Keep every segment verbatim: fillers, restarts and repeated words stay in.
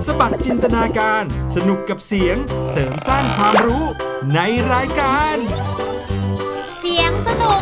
สบัดจินตนาการสนุกกับเสียงเสริมสร้างความรู้ในรายการเสียงสนุก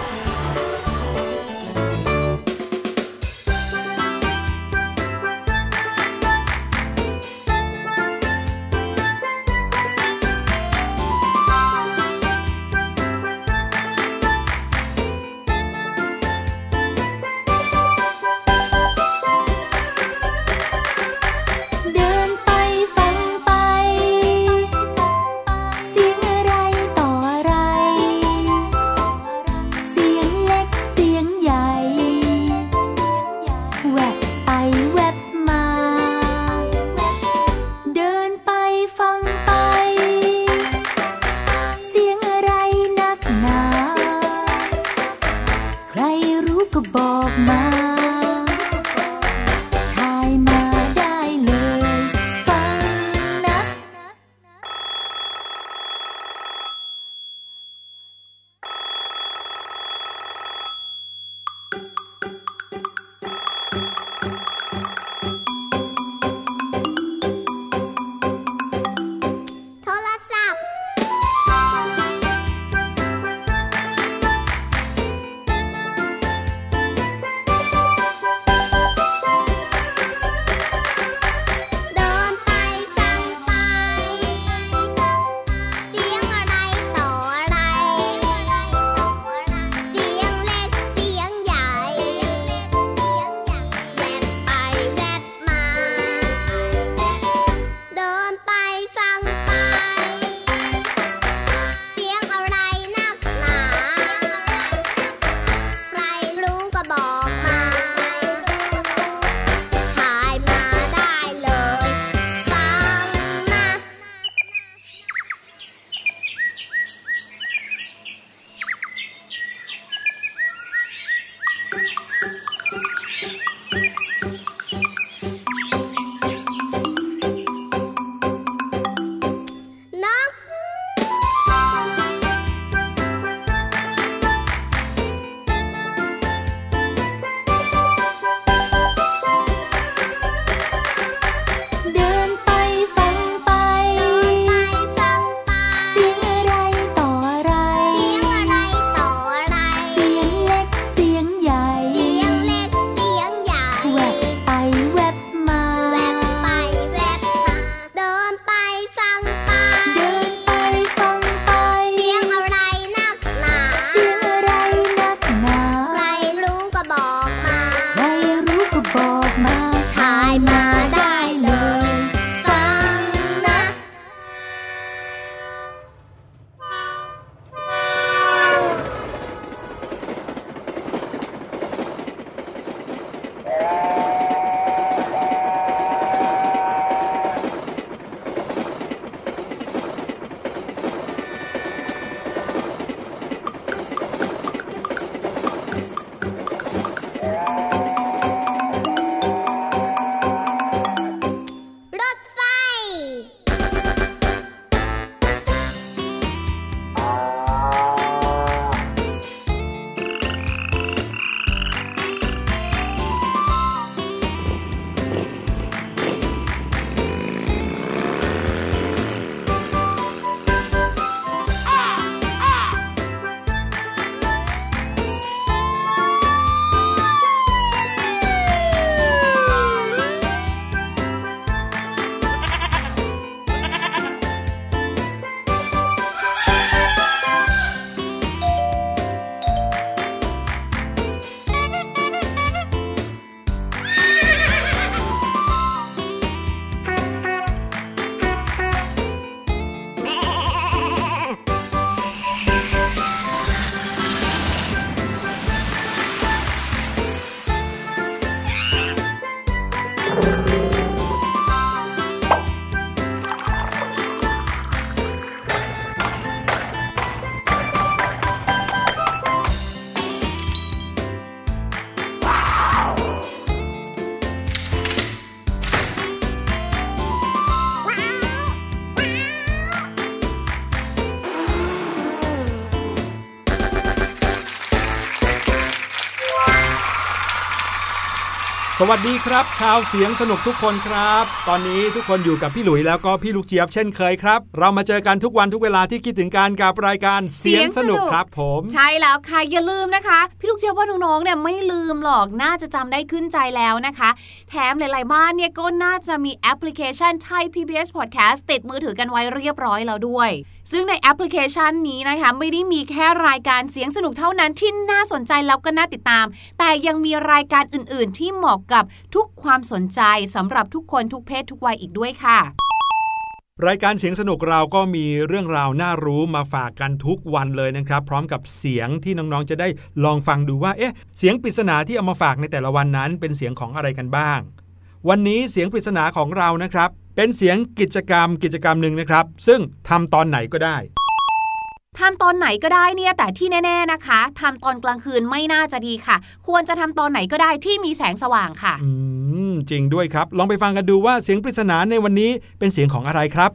สวัสดีครับชาวเสียงสนุกทุกคนครับตอนนี้ทุกคนอยู่กับพี่หลุยแล้วก็พี่ลูกเจี๊ยบเช่นเคยครับเรามาเจอกันทุกวันทุกเวลาที่คิดถึงการกับรายการเสียงสนุกครับผมใช่แล้วค่ะอย่าลืมนะคะพี่ลูกเจี๊ยบว่าน้องๆเนี่ยไม่ลืมหรอกน่าจะจำได้ขึ้นใจแล้วนะคะแถมหลายๆบ้านเนี่ยก็น่าจะมีแอปพลิเคชัน Thai พี บี เอส Podcast ติดมือถือกันไว้เรียบร้อยแล้วด้วยซึ่งในแอปพลิเคชันนี้นะคะไม่ได้มีแค่รายการเสียงสนุกเท่านั้นที่น่าสนใจแล้วก็น่าติดตามแต่ยังมีรายการอื่นๆที่เหมาะกับทุกความสนใจสำหรับทุกคนทุกเพศทุกวัยอีกด้วยค่ะรายการเสียงสนุกเราก็มีเรื่องราวน่ารู้มาฝากกันทุกวันเลยนะครับพร้อมกับเสียงที่น้องๆจะได้ลองฟังดูว่าเอ๊ะเสียงปริศนาที่เอามาฝากในแต่ละวันนั้นเป็นเสียงของอะไรกันบ้างวันนี้เสียงปริศนาของเรานะครับเป็นเสียงกิจกรรมกิจกรรมหนึ่งนะครับซึ่งทำตอนไหนก็ได้ทำตอนไหนก็ได้เนี่ยแต่ที่แน่ๆนะคะทำตอนกลางคืนไม่น่าจะดีค่ะควรจะทำตอนไหนก็ได้ที่มีแสงสว่างค่ะอืมจริงด้วยครับลองไปฟังกันดูว่าเสียงปริศนาในวันนี้เป็นเสียงของอะไรครับ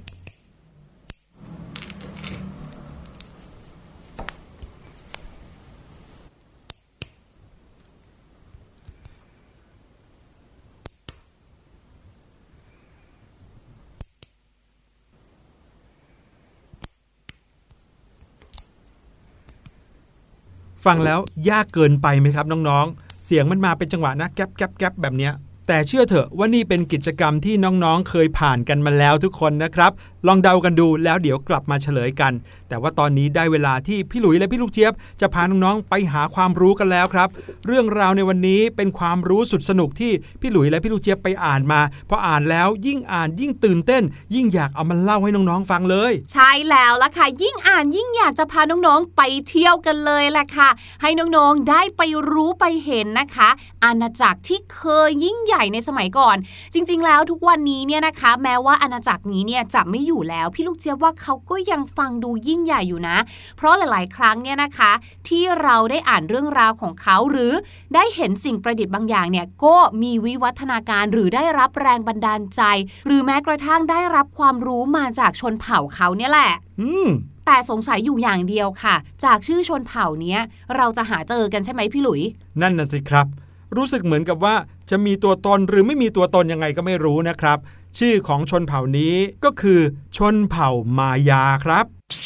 ฟังแล้วยากเกินไปไหมครับน้องๆเสียงมันมาเป็นจังหวะนะแก๊บแก๊บแก๊บแบบเนี้ยแต่เชื่อเถอะว่านี่เป็นกิจกรรมที่น้องๆเคยผ่านกันมาแล้วทุกคนนะครับลองเดากันดูแล้วเดี๋ยวกลับมาเฉลยกันแต่ว่าตอนนี้ได้เวลาที่พี่หลุยและพี่ลูกเจี๊ยบจะพาน้องๆไปหาความรู้กันแล้วครับเรื่องราวในวันนี้เป็นความรู้สุดสนุกที่พี่หลุยและพี่ลูกเจี๊ยบไปอ่านมาพออ่านแล้วยิ่งอ่านยิ่งตื่นเต้นยิ่งอยากเอามาเล่าให้น้องๆฟังเลยใช่แล้วล่ะค่ะยิ่งอ่านยิ่งอยากจะพาน้องๆไปเที่ยวกันเลยแหละค่ะให้น้องๆได้ไปรู้ไปเห็นนะคะอาณาจักรที่เคยยิ่งใหญ่ในสมัยก่อนจริงๆแล้วทุกวันนี้เนี่ยนะคะแม้ว่าอาณาจักรนี้เนี่ยจะไม่อยู่แล้วพี่ลูกเจี๊ยบว่าเขาก็ยังฟังดูยิ่งใหญ่อยู่นะเพราะหลายๆครั้งเนี่ยนะคะที่เราได้อ่านเรื่องราวของเขาหรือได้เห็นสิ่งประดิษฐ์บางอย่างเนี่ยก็มีวิวัฒนาการหรือได้รับแรงบันดาลใจหรือแม้กระทั่งได้รับความรู้มาจากชนเผ่าเขาเนี่ยแหละอืมแต่สงสัยอยู่อย่างเดียวค่ะจากชื่อชนเผ่านี้เราจะหาเจอกันใช่ไหมพี่หลุยนั่นน่ะสิครับรู้สึกเหมือนกับว่าจะมีตัวตนหรือไม่มีตัวตนยังไงก็ไม่รู้นะครับชื่อของชนเผ่านี้ก็คือชนเผ่ามายาครับ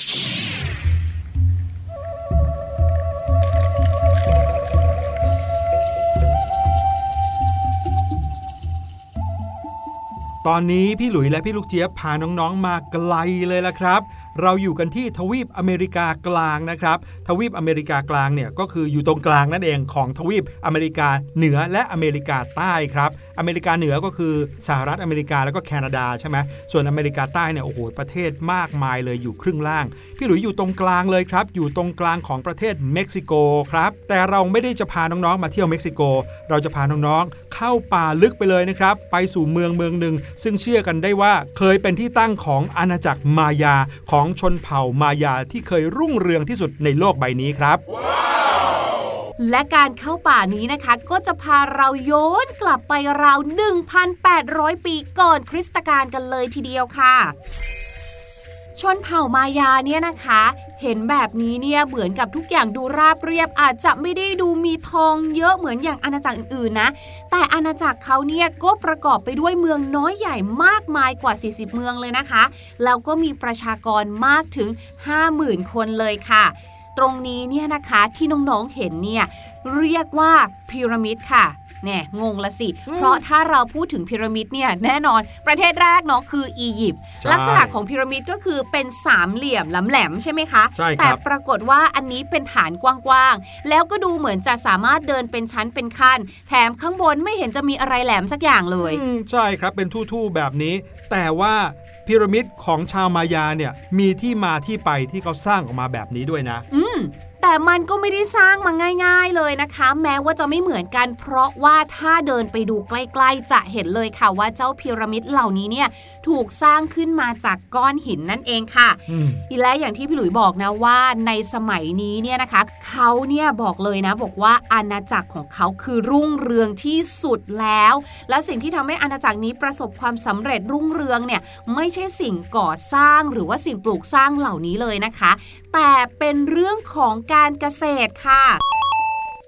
ตอนนี้พี่หลุยและพี่ลูกเจี๊ยบพาน้องๆมาไกลเลยละครับเราอยู่กันที่ทวีปอเมริกากลางนะครับทวีปอเมริกากลางเนี่ยก็คืออยู่ตรงกลางนั่นเองของทวีปอเมริกาเหนือและอเมริกาใต้ครับอเมริกาเหนือก็คือสหรัฐอเมริกาแล้วก็แคนาดาใช่ไหมส่วนอเมริกาใต้เนี่ยโอ้โหประเทศมากมายเลยอยู่ครึ่งล่างพี่หลุยอยู่ตรงกลางเลยครับอยู่ตรงกลางของประเทศเม็กซิโกครับแต่เราไม่ได้จะพาน้องๆมาเที่ยวเม็กซิโกเราจะพาน้องๆเข้าป่าลึกไปเลยนะครับไปสู่เมืองเมืองหนึ่งซึ่งเชื่อกันได้ว่าเคยเป็นที่ตั้งของอาณาจักรมายาของชนเผ่ามายาที่เคยรุ่งเรืองที่สุดในโลกใบนี้ครับ wow! และการเข้าป่านี้นะคะก็จะพาเราย้อนกลับไปราว หนึ่งพันแปดร้อย ปีก่อนคริสตกาลกันเลยทีเดียวค่ะชนเผ่ามายาเนี่ยนะคะเห็นแบบนี้เนี่ยเหมือนกับทุกอย่างดูราบเรียบอาจจะไม่ได้ดูมีทองเยอะเหมือนอย่างอาณาจักรอื่นๆนะแต่อาณาจักรเขาเนี่ยก็ประกอบไปด้วยเมืองน้อยใหญ่มากมายกว่าสี่สิบเมืองเลยนะคะแล้วก็มีประชากรมากถึง ห้าหมื่น คนเลยค่ะตรงนี้เนี่ยนะคะที่น้องๆเห็นเนี่ยเรียกว่าพีระมิดค่ะแน่งงละสิเพราะถ้าเราพูดถึงพีระมิดเนี่ยแน่นอนประเทศแรกเนาะคืออียิปต์ลักษณะของพีระมิดก็คือเป็นสามเหลี่ยมแหลมๆใช่ไหมคะแต่ปรากฏว่าอันนี้เป็นฐานกว้างๆแล้วก็ดูเหมือนจะสามารถเดินเป็นชั้นเป็นขั้นแถมข้างบนไม่เห็นจะมีอะไรแหลมสักอย่างเลยใช่ครับเป็นทู่ๆแบบนี้แต่ว่าพีระมิดของชาวมายาเนี่ยมีที่มาที่ไปที่เขาสร้างออกมาแบบนี้ด้วยนะอืมแต่มันก็ไม่ได้สร้างมาง่ายๆเลยนะคะแม้ว่าจะไม่เหมือนกันเพราะว่าถ้าเดินไปดูใกล้ๆจะเห็นเลยค่ะว่าเจ้าพีระมิดเหล่านี้เนี่ยถูกสร้างขึ้นมาจากก้อนหินนั่นเองค่ะและอย่างที่พี่หลุยบอกนะว่าในสมัยนี้เนี่ยนะคะเขาเนี่ยบอกเลยนะบอกว่าอาณาจักรของเขาคือรุ่งเรืองที่สุดแล้วและสิ่งที่ทำให้อาณาจักรนี้ประสบความสำเร็จรุ่งเรืองเนี่ยไม่ใช่สิ่งก่อสร้างหรือว่าสิ่งปลูกสร้างเหล่านี้เลยนะคะแต่เป็นเรื่องของการเกษตรค่ะ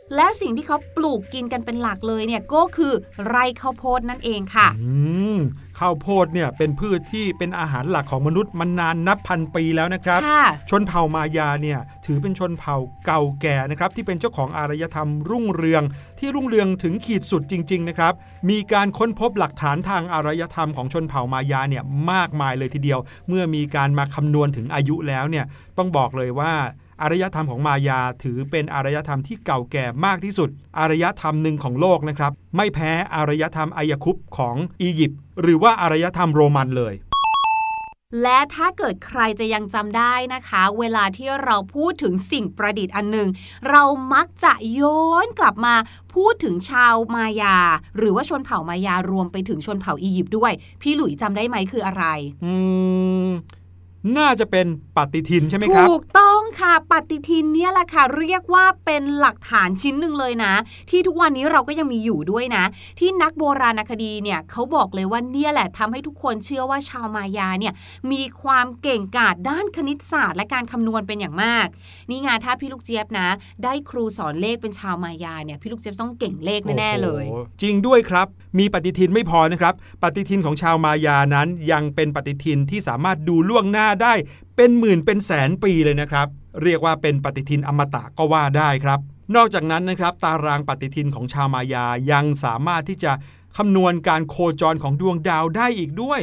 และสิ่งที่เขาปลูกกินกันเป็นหลักเลยเนี่ยก็คือไร่ข้าวโพดนั่นเองค่ะอืมข้าวโพดเนี่ยเป็นพืชที่เป็นอาหารหลักของมนุษย์มานานนับพันปีแล้วนะครับชนเผ่ามายาเนี่ยถือเป็นชนเผ่าเก่าแก่นะครับที่เป็นเจ้าของอารยธรรมรุ่งเรืองที่รุ่งเรืองถึงขีดสุดจริงๆนะครับมีการค้นพบหลักฐานทางอารยธรรมของชนเผ่ามายาเนี่ยมากมายเลยทีเดียวเมื่อมีการมาคำนวณถึงอายุแล้วเนี่ยต้องบอกเลยว่าอารยธรรมของมายาถือเป็นอารยธรรมที่เก่าแก่มากที่สุดอารยธรรมหนึ่งของโลกนะครับไม่แพ้อารยธรรมอายคุปของอียิปต์หรือว่าอารยธรรมโรมันเลยและถ้าเกิดใครจะยังจำได้นะคะเวลาที่เราพูดถึงสิ่งประดิษฐ์อันหนึ่งเรามักจะย้อนกลับมาพูดถึงชาวมายาหรือว่าชนเผ่ามายารวมไปถึงชนเผ่าอียิปต์ด้วยพี่หลุยจำได้ไหมคืออะไรอืมน่าจะเป็นปฏิทินใช่ไหมครับถูกต้องค่ะปฏิทินเนี่ยแหละค่ะเรียกว่าเป็นหลักฐานชิ้นหนึ่งเลยนะที่ทุกวันนี้เราก็ยังมีอยู่ด้วยนะที่นักโบราณคดีเนี่ยเขาบอกเลยว่าเนี่ยแหละทำให้ทุกคนเชื่อว่าชาวมายาเนี่ยมีความเก่งกาจด้านคณิตศาสตร์และการคำนวณเป็นอย่างมากนี่ไงถ้าพี่ลูกเจี๊ยบนะได้ครูสอนเลขเป็นชาวมายาเนี่ยพี่ลูกเจี๊ยบต้องเก่งเลขแน่ๆเลยจริงด้วยครับมีปฏิทินไม่พอนะครับปฏิทินของชาวมายานั้นยังเป็นปฏิทินที่สามารถดูล่วงหน้าได้เป็นหมื่นเป็นแสนปีเลยนะครับเรียกว่าเป็นปฏิทินอมตะก็ว่าได้ครับนอกจากนั้นนะครับตารางปฏิทินของชาวมายายังสามารถที่จะคำนวณการโคจรของดวงดาวได้อีกด้วย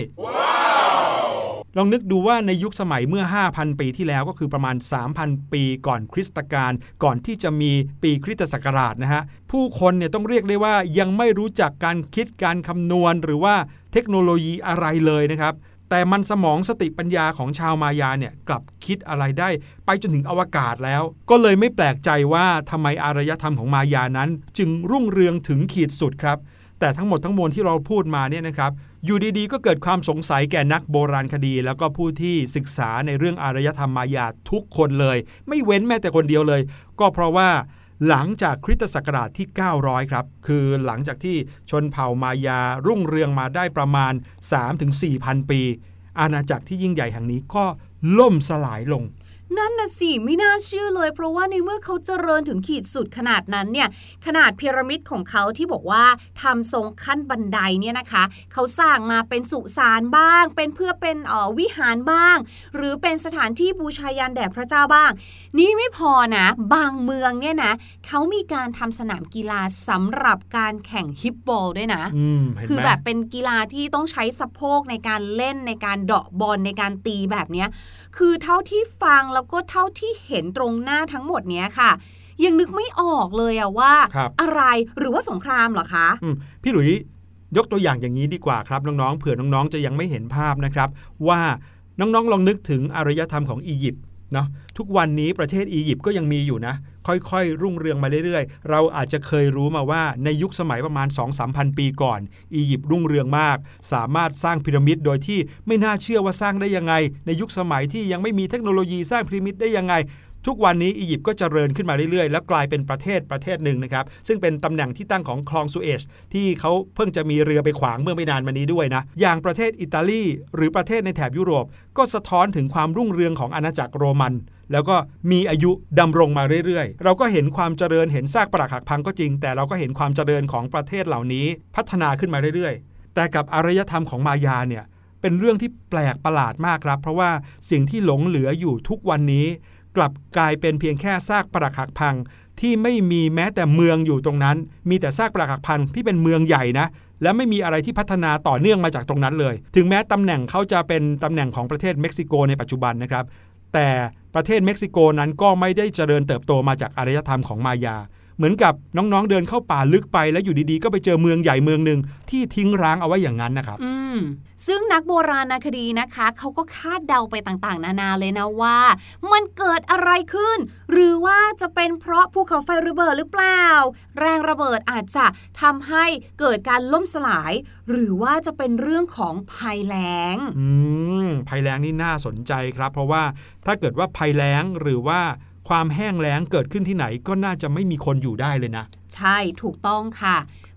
wow! ลองนึกดูว่าในยุคสมัยเมื่อ ห้าพัน ปีที่แล้วก็คือประมาณ สามพัน ปีก่อนคริสตกาลก่อนที่จะมีปีคริสตศักราชนะฮะผู้คนเนี่ยต้องเรียกได้ว่ายังไม่รู้จักการคิดการคำนวณหรือว่าเทคโนโลยีอะไรเลยนะครับแต่มันสมองสติปัญญาของชาวมายาเนี่ยกลับคิดอะไรได้ไปจนถึงอวกาศแล้วก็เลยไม่แปลกใจว่าทำไมอารยธรรมของมายานั้นจึงรุ่งเรืองถึงขีดสุดครับแต่ทั้งหมดทั้งมวลที่เราพูดมาเนี่ยนะครับอยู่ดีๆก็เกิดความสงสัยแก่นักโบราณคดีแล้วก็ผู้ที่ศึกษาในเรื่องอารยธรรมมายาทุกคนเลยไม่เว้นแม้แต่คนเดียวเลยก็เพราะว่าหลังจากคริสตศักราชที่เก้าร้อยครับคือหลังจากที่ชนเผ่ามายารุ่งเรืองมาได้ประมาณ สามถึงสี่พัน ปีอาณาจักรที่ยิ่งใหญ่แห่งนี้ก็ล่มสลายลงนั่นน่ะสิไม่น่าเชื่อเลยเพราะว่าในเมื่อเขาเจริญถึงขีดสุดขนาดนั้นเนี่ยขนาดพีระมิดของเขาที่บอกว่าทำทรงขั้นบันไดเนี่ยนะคะเขาสร้างมาเป็นสุสานบ้างเป็นเพื่อเป็นเอ่อวิหารบ้างหรือเป็นสถานที่บูชายันแด่พระเจ้าบ้างนี่ไม่พอนะบางเมืองเนี่ยนะเขามีการทำสนามกีฬาสำหรับการแข่งฮิปโปด้วยนะคือแบบเป็นกีฬาที่ต้องใช้สะโพกในการเล่นในการเดาะบอลในการตีแบบเนี้ยคือเท่าที่ฟังแล้วก็เท่าที่เห็นตรงหน้าทั้งหมดเนี้ยค่ะยังนึกไม่ออกเลยอะว่าอะไรหรือว่าสงครามเหรอคะพี่หลุยยกตัวอย่างอย่างนี้ดีกว่าครับน้องๆเผื่อน้องๆจะยังไม่เห็นภาพนะครับว่าน้องๆลองนึกถึงอารยธรรมของอียิปต์เนาะทุกวันนี้ประเทศอียิปต์ก็ยังมีอยู่นะค่อยๆรุ่งเรืองมาเรื่อยๆเราอาจจะเคยรู้มาว่าในยุคสมัยประมาณ สองถึงสามพัน ปีก่อนอียิปต์รุ่งเรืองมากสามารถสร้างพีระมิดโดยที่ไม่น่าเชื่อว่าสร้างได้ยังไงในยุคสมัยที่ยังไม่มีเทคโนโลยีสร้างพีระมิดได้ยังไงทุกวันนี้อียิปต์ก็เจริญขึ้นมาเรื่อยๆแล้วกลายเป็นประเทศประเทศหนึ่งนะครับซึ่งเป็นตำแหน่งที่ตั้งของคลองสุเอซที่เขาเพิ่งจะมีเรือไปขวางเมื่อไม่นานมานี้ด้วยนะอย่างประเทศอิตาลีหรือประเทศในแถบยุโรปก็สะท้อนถึงความรุ่งเรืองของอาณาจักรโรมันแล้วก็มีอายุดำรงมาเรื่อยๆเราก็เห็นความเจริญเห็นซากปรักหักพังก็จริงแต่เราก็เห็นความเจริญของประเทศเหล่านี้พัฒนาขึ้นมาเรื่อยๆแต่กับอารยธรรมของมายาเนี่ยเป็นเรื่องที่แปลกประหลาดมากครับเพราะว่าสิ่งที่หลงเหลืออยู่ทุกวันนี้กลับกลายเป็นเพียงแค่ซากปรักหักพังที่ไม่มีแม้แต่เมืองอยู่ตรงนั้นมีแต่ซากปรักหักพังที่เป็นเมืองใหญ่นะและไม่มีอะไรที่พัฒนาต่อเนื่องมาจากตรงนั้นเลยถึงแม้ตำแหน่งเขาจะเป็นตำแหน่งของประเทศเม็กซิโกในปัจจุบันนะครับแต่ประเทศเม็กซิโกนั้นก็ไม่ได้เจริญเติบโตมาจากอารยธรรมของมายาเหมือนกับน้องๆเดินเข้าป่าลึกไปแล้วอยู่ดีๆก็ไปเจอเมืองใหญ่เมืองนึงที่ทิ้งร้างเอาไว้อย่างนั้นนะครับอืมซึ่งนักโบราณคดีนะคะเขาก็คาดเดาไปต่างๆนานาเลยนะว่ามันเกิดอะไรขึ้นหรือว่าจะเป็นเพราะภูเขาไฟระเบิดหรือเปล่าแรงระเบิดอาจจะทำให้เกิดการล่มสลายหรือว่าจะเป็นเรื่องของภัยแล้งอืมภัยแล้งนี่น่าสนใจครับเพราะว่าถ้าเกิดว่าภัยแล้งหรือว่าความแห้งแล้งเกิดขึ้นที่ไหนก็น่าจะไม่มีคนอยู่ได้เลยนะใช่ถูกต้องค่ะ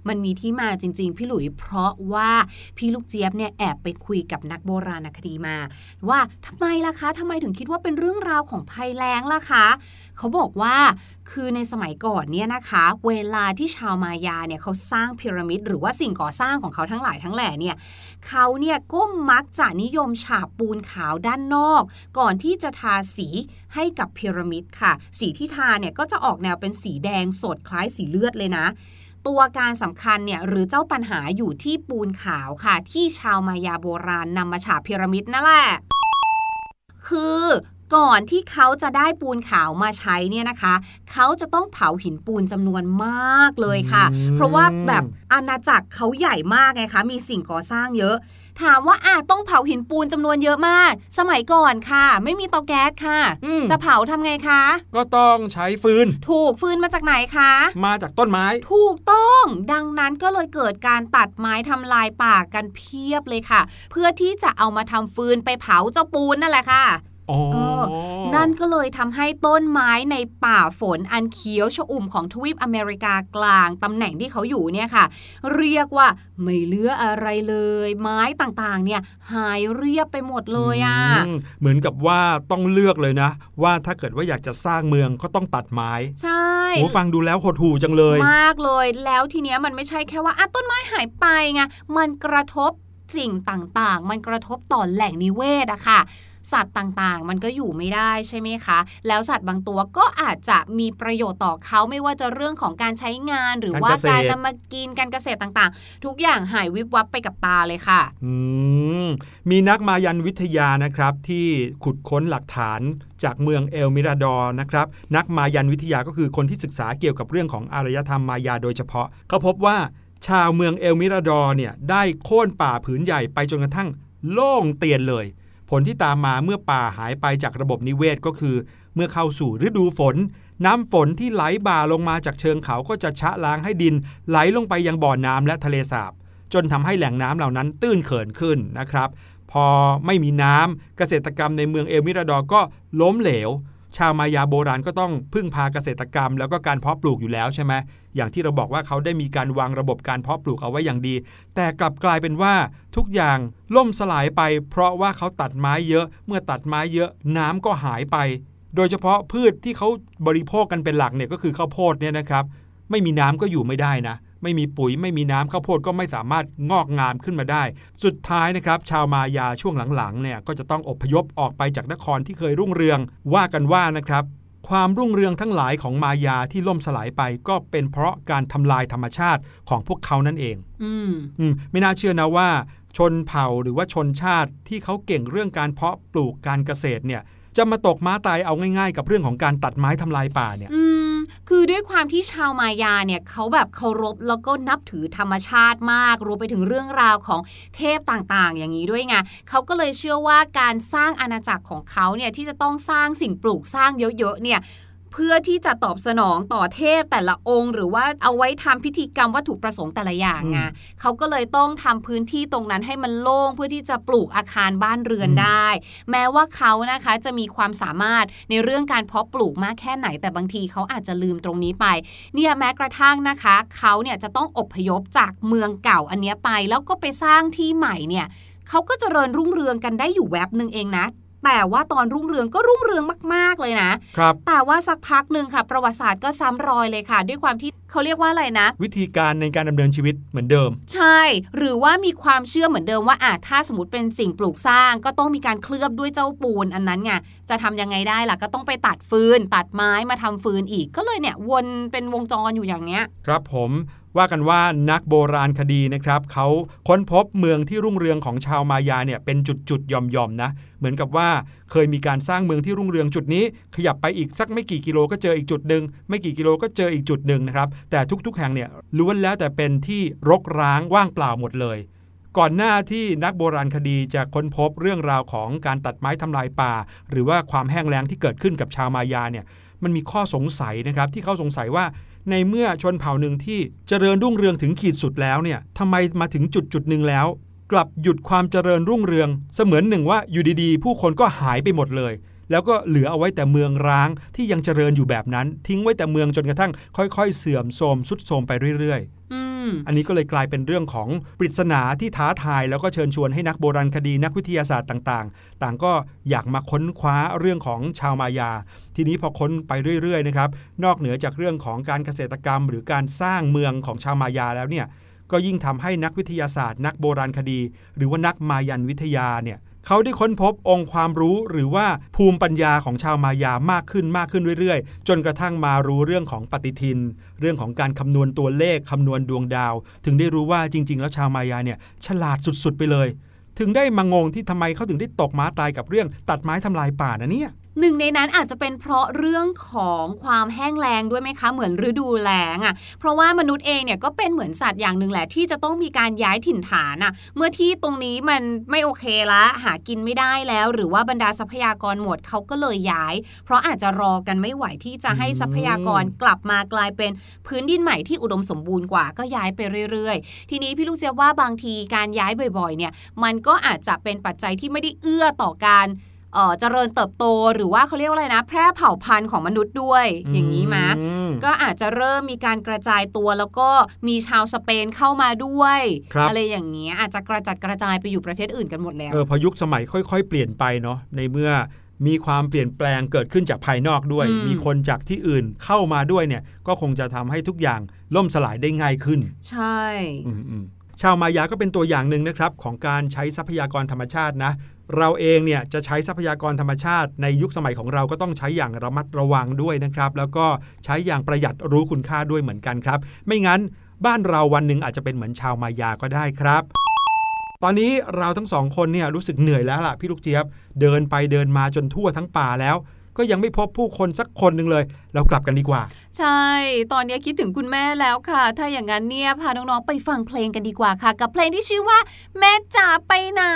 มันมีที่มาจริงๆพี่หลุยเพราะว่าพี่ลูกเจี๊ยบเนี่ยแอบไปคุยกับนักโบราณคดีมาว่าทำไมล่ะคะทำไมถึงคิดว่าเป็นเรื่องราวของภัยแล้งล่ะคะเขาบอกว่าคือในสมัยก่อนเนี่ยนะคะเวลาที่ชาวมายาเนี่ยเขาสร้างพีระมิดหรือว่าสิ่งก่อสร้างของเขาทั้งหลายทั้งแหล่เนี่ยเขาเนี่ยก็มักจะนิยมฉาบปูนขาวด้านนอกก่อนที่จะทาสีให้กับพีระมิดค่ะสีที่ทาเนี่ยก็จะออกแนวเป็นสีแดงสดคล้ายสีเลือดเลยนะตัวการสำคัญเนี่ยหรือเจ้าปัญหาอยู่ที่ปูนขาวค่ะที่ชาวมายาโบราณนำมาฉาบพีระมิดนั่นแหละคือก่อนที่เขาจะได้ปูนขาวมาใช้เนี่ยนะคะเขาจะต้องเผาหินปูนจำนวนมากเลยค่ะเพราะว่าแบบอาณาจักรเขาใหญ่มากไงคะมีสิ่งก่อสร้างเยอะถามว่าอ่ะต้องเผาหินปูนจำนวนเยอะมากสมัยก่อนค่ะไม่มีเตาแก๊สค่ะจะเผาทำไงคะก็ต้องใช้ฟืนถูกฟืนมาจากไหนคะมาจากต้นไม้ถูกต้องดังนั้นก็เลยเกิดการตัดไม้ทำลายป่ากันเพียบเลยค่ะเพื่อที่จะเอามาทำฟืนไปเผาเจ้าปูนนั่นแหละค่ะเออนั่นก็เลยทำให้ต้นไม้ในป่าฝนอันเขียวชอุ่มของทวีปอเมริกากลางตำแหน่งที่เขาอยู่เนี่ยค่ะเรียกว่าไม่เหลืออะไรเลยไม้ต่างๆเนี่ยหายเรียบไปหมดเลยอ่ะเหมือนกับว่าต้องเลือกเลยนะว่าถ้าเกิดว่าอยากจะสร้างเมืองก็ต้องตัดไม้ใช่โอ้ฟังดูแล้วหดหู่จังเลยมากเลยแล้วทีเนี้ยมันไม่ใช่แค่ว่าอ่ะต้นไม้หายไปไงมันกระทบสิ่งต่างๆมันกระทบต่อแหล่งนิเวศอะค่ะสัตว์ต่างๆมันก็อยู่ไม่ได้ใช่ไหมคะแล้วสัตว์บางตัวก็อาจจะมีประโยชน์ต่อเขาไม่ว่าจะเรื่องของการใช้งานหรือว่าการนำมากินการเกษตรต่างๆทุกอย่างหายวิบวับไปกับตาเลยค่ะอืมมีนักมายันวิทยานะครับที่ขุดค้นหลักฐานจากเมืองเอลมิราดอร์นะครับนักมายันวิทยาก็คือคนที่ศึกษาเกี่ยวกับเรื่องของอารยธรรมมายาโดยเฉพาะเขาพบว่าชาวเมืองเอลมิราดอร์เนี่ยได้โค่นป่าผืนใหญ่ไปจนกระทั่งโล่งเตียนเลยผลที่ตามมาเมื่อป่าหายไปจากระบบนิเวศก็คือเมื่อเข้าสู่ฤดูฝนน้ำฝนที่ไหลบ่าลงมาจากเชิงเขาก็จะชะล้างให้ดินไหลลงไปยังบ่อน้ำและทะเลสาบจนทำให้แหล่งน้ำเหล่านั้นตื้นเขินขึ้นนะครับพอไม่มีน้ำเกษตรกรรมในเมืองเอลมิราดอร์ก็ล้มเหลวชาวมายาโบราณก็ต้องพึ่งพาเกษตรกรรมแล้วก็การเพาะปลูกอยู่แล้วใช่ไหมอย่างที่เราบอกว่าเขาได้มีการวางระบบการเพาะปลูกเอาไว้อย่างดีแต่กลับกลายเป็นว่าทุกอย่างล่มสลายไปเพราะว่าเขาตัดไม้เยอะเมื่อตัดไม้เยอะน้ำก็หายไปโดยเฉพาะพืชที่เขาบริโภคกันเป็นหลักเนี่ยก็คือข้าวโพดเนี่ยนะครับไม่มีน้ำก็อยู่ไม่ได้นะไม่มีปุ๋ยไม่มีน้ำข้าวโพดก็ไม่สามารถงอกงามขึ้นมาได้สุดท้ายนะครับชาวมายาช่วงหลังๆเนี่ยก็จะต้องอพยพออกไปจากนครที่เคยรุ่งเรืองว่ากันว่านะครับความรุ่งเรืองทั้งหลายของมายาที่ล่มสลายไปก็เป็นเพราะการทำลายธรรมชาติของพวกเขานั่นเองอืมอืมไม่น่าเชื่อนะว่าชนเผ่าหรือว่าชนชาติที่เขาเก่งเรื่องการเพาะปลูกการเกษตรเนี่ยจะมาตกม้าตายเอาง่ายๆกับเรื่องของการตัดไม้ทำลายป่าเนี่ยอืมคือด้วยความที่ชาวมายาเนี่ยเขาแบบเคารพแล้วก็นับถือธรรมชาติมากรวมไปถึงเรื่องราวของเทพต่างๆอย่างนี้ด้วยไงเขาก็เลยเชื่อว่าการสร้างอาณาจักรของเขาเนี่ยที่จะต้องสร้างสิ่งปลูกสร้างเยอะๆเนี่ยเพื่อที่จะตอบสนองต่อเทพแต่ละองค์หรือว่าเอาไว้ทำพิธีกรรมวัตถุประสงค์แต่ละอย่างไงเขาก็เลยต้องทำพื้นที่ตรงนั้นให้มันโล่งเพื่อที่จะปลูกอาคารบ้านเรือนได้แม้ว่าเขานะคะจะมีความสามารถในเรื่องการเพาะปลูกมากแค่ไหนแต่บางทีเขาอาจจะลืมตรงนี้ไปเนี่ยแม้กระทั่งนะคะเขาเนี่ยจะต้องอพยพจากเมืองเก่าอันนี้ไปแล้วก็ไปสร้างที่ใหม่เนี่ยเขาก็เจริญรุ่งเรืองกันได้อยู่แวบนึงเองนะแต่ว่าตอนรุ่งเรืองก็รุ่งเรืองมากๆเลยนะครับแต่ว่าสักพักนึงค่ะประวัติศาสตร์ก็ซ้ำรอยเลยค่ะด้วยความที่เขาเรียกว่าอะไรนะวิธีการในการดำเนินชีวิตเหมือนเดิมใช่หรือว่ามีความเชื่อเหมือนเดิมว่าอ่ะถ้าสมมติเป็นสิ่งปลูกสร้างก็ต้องมีการเคลือบด้วยเจ้าปูนอันนั้นไงจะทำยังไงได้ล่ะก็ต้องไปตัดฟืนตัดไม้มาทำฟืนอีกก็เลยเนี่ยวนเป็นวงจรอยู่อย่างเงี้ยครับผมว่ากันว่านักโบราณคดีนะครับเขาค้นพบเมืองที่รุ่งเรืองของชาวมายาเนี่ยเป็นจุดๆหย่อมๆนะเหมือนกับว่าเคยมีการสร้างเมืองที่รุ่งเรืองจุดนี้ขยับไปอีกสักไม่กี่กิโลก็เจออีกจุดนึงไม่กี่กิโลก็เจออีกจุดนึงนะครับแต่ทุกๆแห่งเนี่ยล้วนแล้วแต่เป็นที่รกร้างว่างเปล่าหมดเลยก่อนหน้าที่นักโบราณคดีจะค้นพบเรื่องราวของการตัดไม้ทำลายป่าหรือว่าความแห้งแล้งที่เกิดขึ้นกับชาวมายาเนี่ยมันมีข้อสงสัยนะครับที่เขาสงสัยว่าในเมื่อชนเผ่าหนึ่งที่เจริญรุ่งเรืองถึงขีดสุดแล้วเนี่ยทำไมมาถึงจุดจุดหนึ่งแล้วกลับหยุดความเจริญรุ่งเรืองเสมือนหนึ่งว่าอยู่ดีๆผู้คนก็หายไปหมดเลยแล้วก็เหลือเอาไว้แต่เมืองร้างที่ยังเจริญอยู่แบบนั้นทิ้งไว้แต่เมืองจนกระทั่งค่อยๆเสื่อมโทรมทรุดโทรมไปเรื่อยๆอืมอันนี้ก็เลยกลายเป็นเรื่องของปริศนาที่ท้าทายแล้วก็เชิญชวนให้นักโบราณคดีนักวิทยาศาสตร์ต่างๆต่างก็อยากมาค้นคว้าเรื่องของชาวมายาทีนี้พอค้นไปเรื่อยๆนะครับนอกเหนือจากเรื่องของการเกษตรกรรมหรือการสร้างเมืองของชาวมายาแล้วเนี่ยก็ยิ่งทำให้นักวิทยาศาสตร์นักโบราณคดีหรือว่านักมายันวิทยาเนี่ยเขาได้ค้นพบองค์ความรู้หรือว่าภูมิปัญญาของชาวมายามากขึ้นมากขึ้นเรื่อยๆจนกระทั่งมารู้เรื่องของปฏิทินเรื่องของการคำนวณตัวเลขคำนวณดวงดาวถึงได้รู้ว่าจริงๆแล้วชาวมายาเนี่ยฉลาดสุดๆไปเลยถึงได้มางงที่ทำไมเขาถึงได้ตกม้าตายกับเรื่องตัดไม้ทำลายป่านะเนี่ยหนึ่งในนั้นอาจจะเป็นเพราะเรื่องของความแห้งแล้งด้วยไหมคะเหมือนฤดูแล้งอ่ะเพราะว่ามนุษย์เองเนี่ยก็เป็นเหมือนสัตว์อย่างหนึ่งแหละที่จะต้องมีการย้ายถิ่นฐานอ่ะเมื่อที่ตรงนี้มันไม่โอเคละหากินไม่ได้แล้วหรือว่าบรรดาทรัพยากรหมดเขาก็เลยย้ายเพราะอาจจะรอกันไม่ไหวที่จะให้ทรัพยากรกลับมากลายเป็นพื้นดินใหม่ที่อุดมสมบูรณ์กว่าก็ย้ายไปเรื่อยๆทีนี้พี่ลูกเจี๊ยบว่าบางทีการย้ายบ่อยๆเนี่ยมันก็อาจจะเป็นปัจจัยที่ไม่ได้เอื้อต่อการเอ่อเจริญเติบโตหรือว่าเขาเรียกว่าอะไรนะแพร่เผ่าพันธุ์ของมนุษย์ด้วยอย่างนี้มั้ยก็อาจจะเริ่มมีการกระจายตัวแล้วก็มีชาวสเปนเข้ามาด้วยอะไรอย่างเงี้ยอาจจะกระจัดกระจายไปอยู่ประเทศอื่นกันหมดแล้วเออพอยุคสมัยค่อยๆเปลี่ยนไปเนาะในเมื่อมีความเปลี่ยนแปลงเกิดขึ้นจากภายนอกด้วยม, มีคนจากที่อื่นเข้ามาด้วยเนี่ยก็คงจะทำให้ทุกอย่างล่มสลายได้ง่ายขึ้นใช่ชาวมายาก็เป็นตัวอย่างหนึ่งนะครับของการใช้ทรัพยากรธรรมชาตินะเราเองเนี่ยจะใช้ทรัพยากรธรรมชาติในยุคสมัยของเราก็ต้องใช้อย่างระมัดระวังด้วยนะครับแล้วก็ใช้อย่างประหยัดรู้คุณค่าด้วยเหมือนกันครับไม่งั้นบ้านเราวันหนึ่งอาจจะเป็นเหมือนชาวมายาก็ได้ครับตอนนี้เราทั้งสองคนเนี่ยรู้สึกเหนื่อยแล้วล่ะพี่ลูกเจี๊ยบเดินไปเดินมาจนทั่วทั้งป่าแล้วก็ยังไม่พบผู้คนสักคนหนึ่งเลยเรากลับกันดีกว่าใช่ตอนนี้คิดถึงคุณแม่แล้วค่ะถ้าอย่างนั้นเนี่ยพาน้องๆไปฟังเพลงกันดีกว่าค่ะกับเพลงที่ชื่อว่าแม่จ๋าไปไหน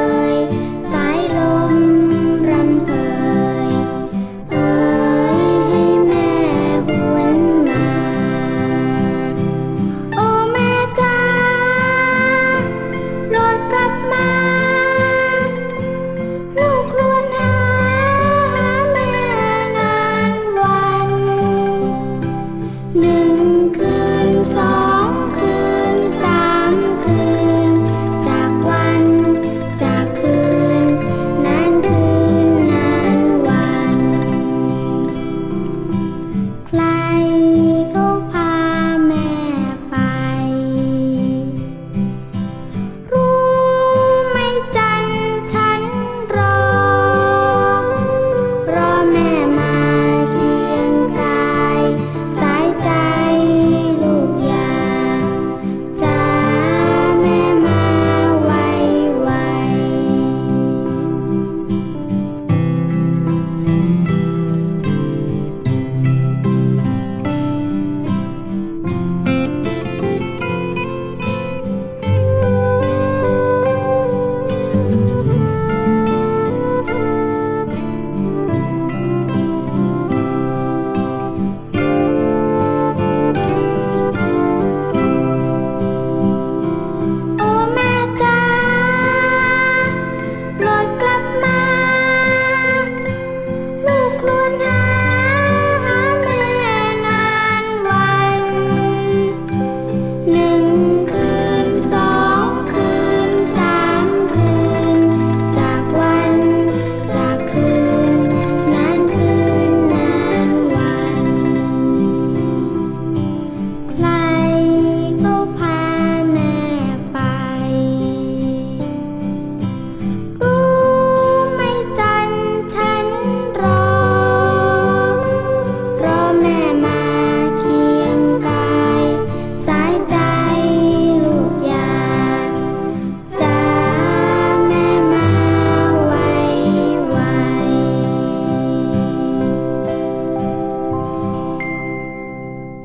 เ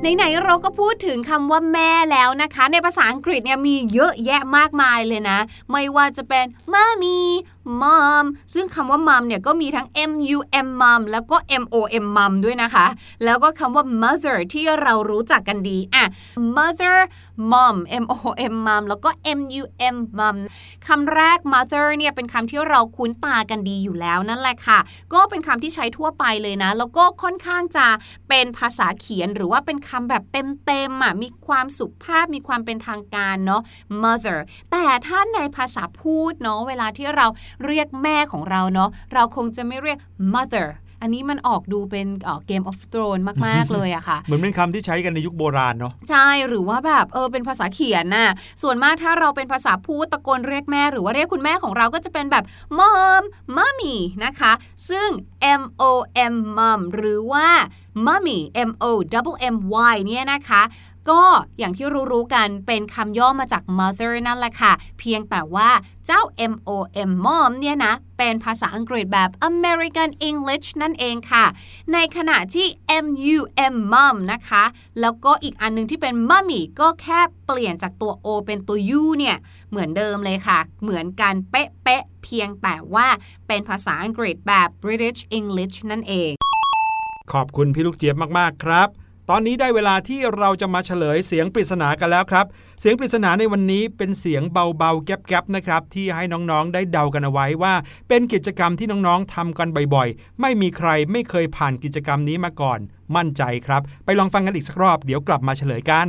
ไหนๆเราก็พูดถึงคำว่าแม่แล้วนะคะในภาษาอังกฤษเนี่ยมีเยอะแยะมากมายเลยนะไม่ว่าจะเป็น mommy mom ซึ่งคำว่า mom เนี่ยก็มีทั้ง m u m mom แล้วก็ m o m mom ด้วยนะคะแล้วก็คำว่า mother ที่เรารู้จักกันดีอ่ะ mother mom m o m mom แล้วก็ m u m mom คำแรก mother เนี่ยเป็นคำที่เราคุ้นตากันดีอยู่แล้วนั่นแหละค่ะก็เป็นคำที่ใช้ทั่วไปเลยนะแล้วก็ค่อนข้างจะเป็นภาษาเขียนหรือว่าเป็นคำแบบเต็มๆอ่ะมีความสุภาพมีความเป็นทางการเนาะ mother แต่ถ้าในภาษาพูดเนาะเวลาที่เราเรียกแม่ของเราเนาะเราคงจะไม่เรียก mother อันนี้มันออกดูเป็นเอ่อ Game of Thrones มากๆเลยอะค่ะเหมือนเป็นคำที่ใช้กันในยุคโบราณเนาะใช่หรือว่าแบบเออเป็นภาษาเขียนน่ะส่วนมากถ้าเราเป็นภาษาพูดตะโกนเรียกแม่หรือว่าเรียกคุณแม่ของเราก็จะเป็นแบบ mom mommy นะคะซึ่ง m o m mom หรือว่า mommy m o double m y เนี่ยนะคะก็อย่างที่รู้ๆกันเป็นคำย่อมาจาก mother นั่นแหละค่ะเพียงแต่ว่าเจ้า m o m mom เนี่ยนะเป็นภาษาอังกฤษแบบ American English นั่นเองค่ะในขณะที่ m u m mom นะคะแล้วก็อีกอันนึงที่เป็น mummy ก็แค่เปลี่ยนจากตัว o เป็นตัว u เนี่ยเหมือนเดิมเลยค่ะเหมือนกันเป๊ะๆเพียงแต่ว่าเป็นภาษาอังกฤษแบบ British English นั่นเองขอบคุณพี่ลูกเจี๊ยบมากๆครับตอนนี้ได้เวลาที่เราจะมาเฉลยเสียงปริศนากันแล้วครับเสียงปริศนาในวันนี้เป็นเสียงเบาๆแก๊บๆนะครับที่ให้น้องๆได้เดากันเอาไว้ว่าเป็นกิจกรรมที่น้องๆทำกันบ่อยๆไม่มีใครไม่เคยผ่านกิจกรรมนี้มาก่อนมั่นใจครับไปลองฟังกันอีกสักรอบเดี๋ยวกลับมาเฉลยกัน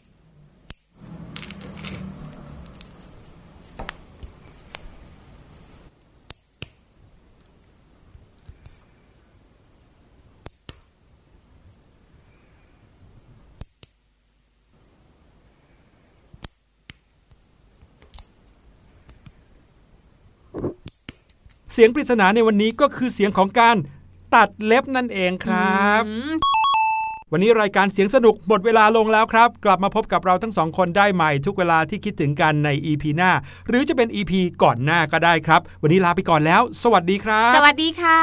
เสียงปริศนาในวันนี้ก็คือเสียงของการตัดเล็บนั่นเองครับวันนี้รายการเสียงสนุกหมดเวลาลงแล้วครับกลับมาพบกับเราทั้งสองคนได้ใหม่ทุกเวลาที่คิดถึงกันใน อี พี หน้าหรือจะเป็น อี พี ก่อนหน้าก็ได้ครับวันนี้ลาไปก่อนแล้วสวัสดีครับสวัสดีค่ะ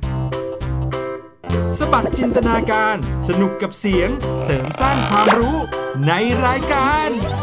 สบัดจินตนาการสนุกกับเสียงเสริมสร้างความรู้ในรายการ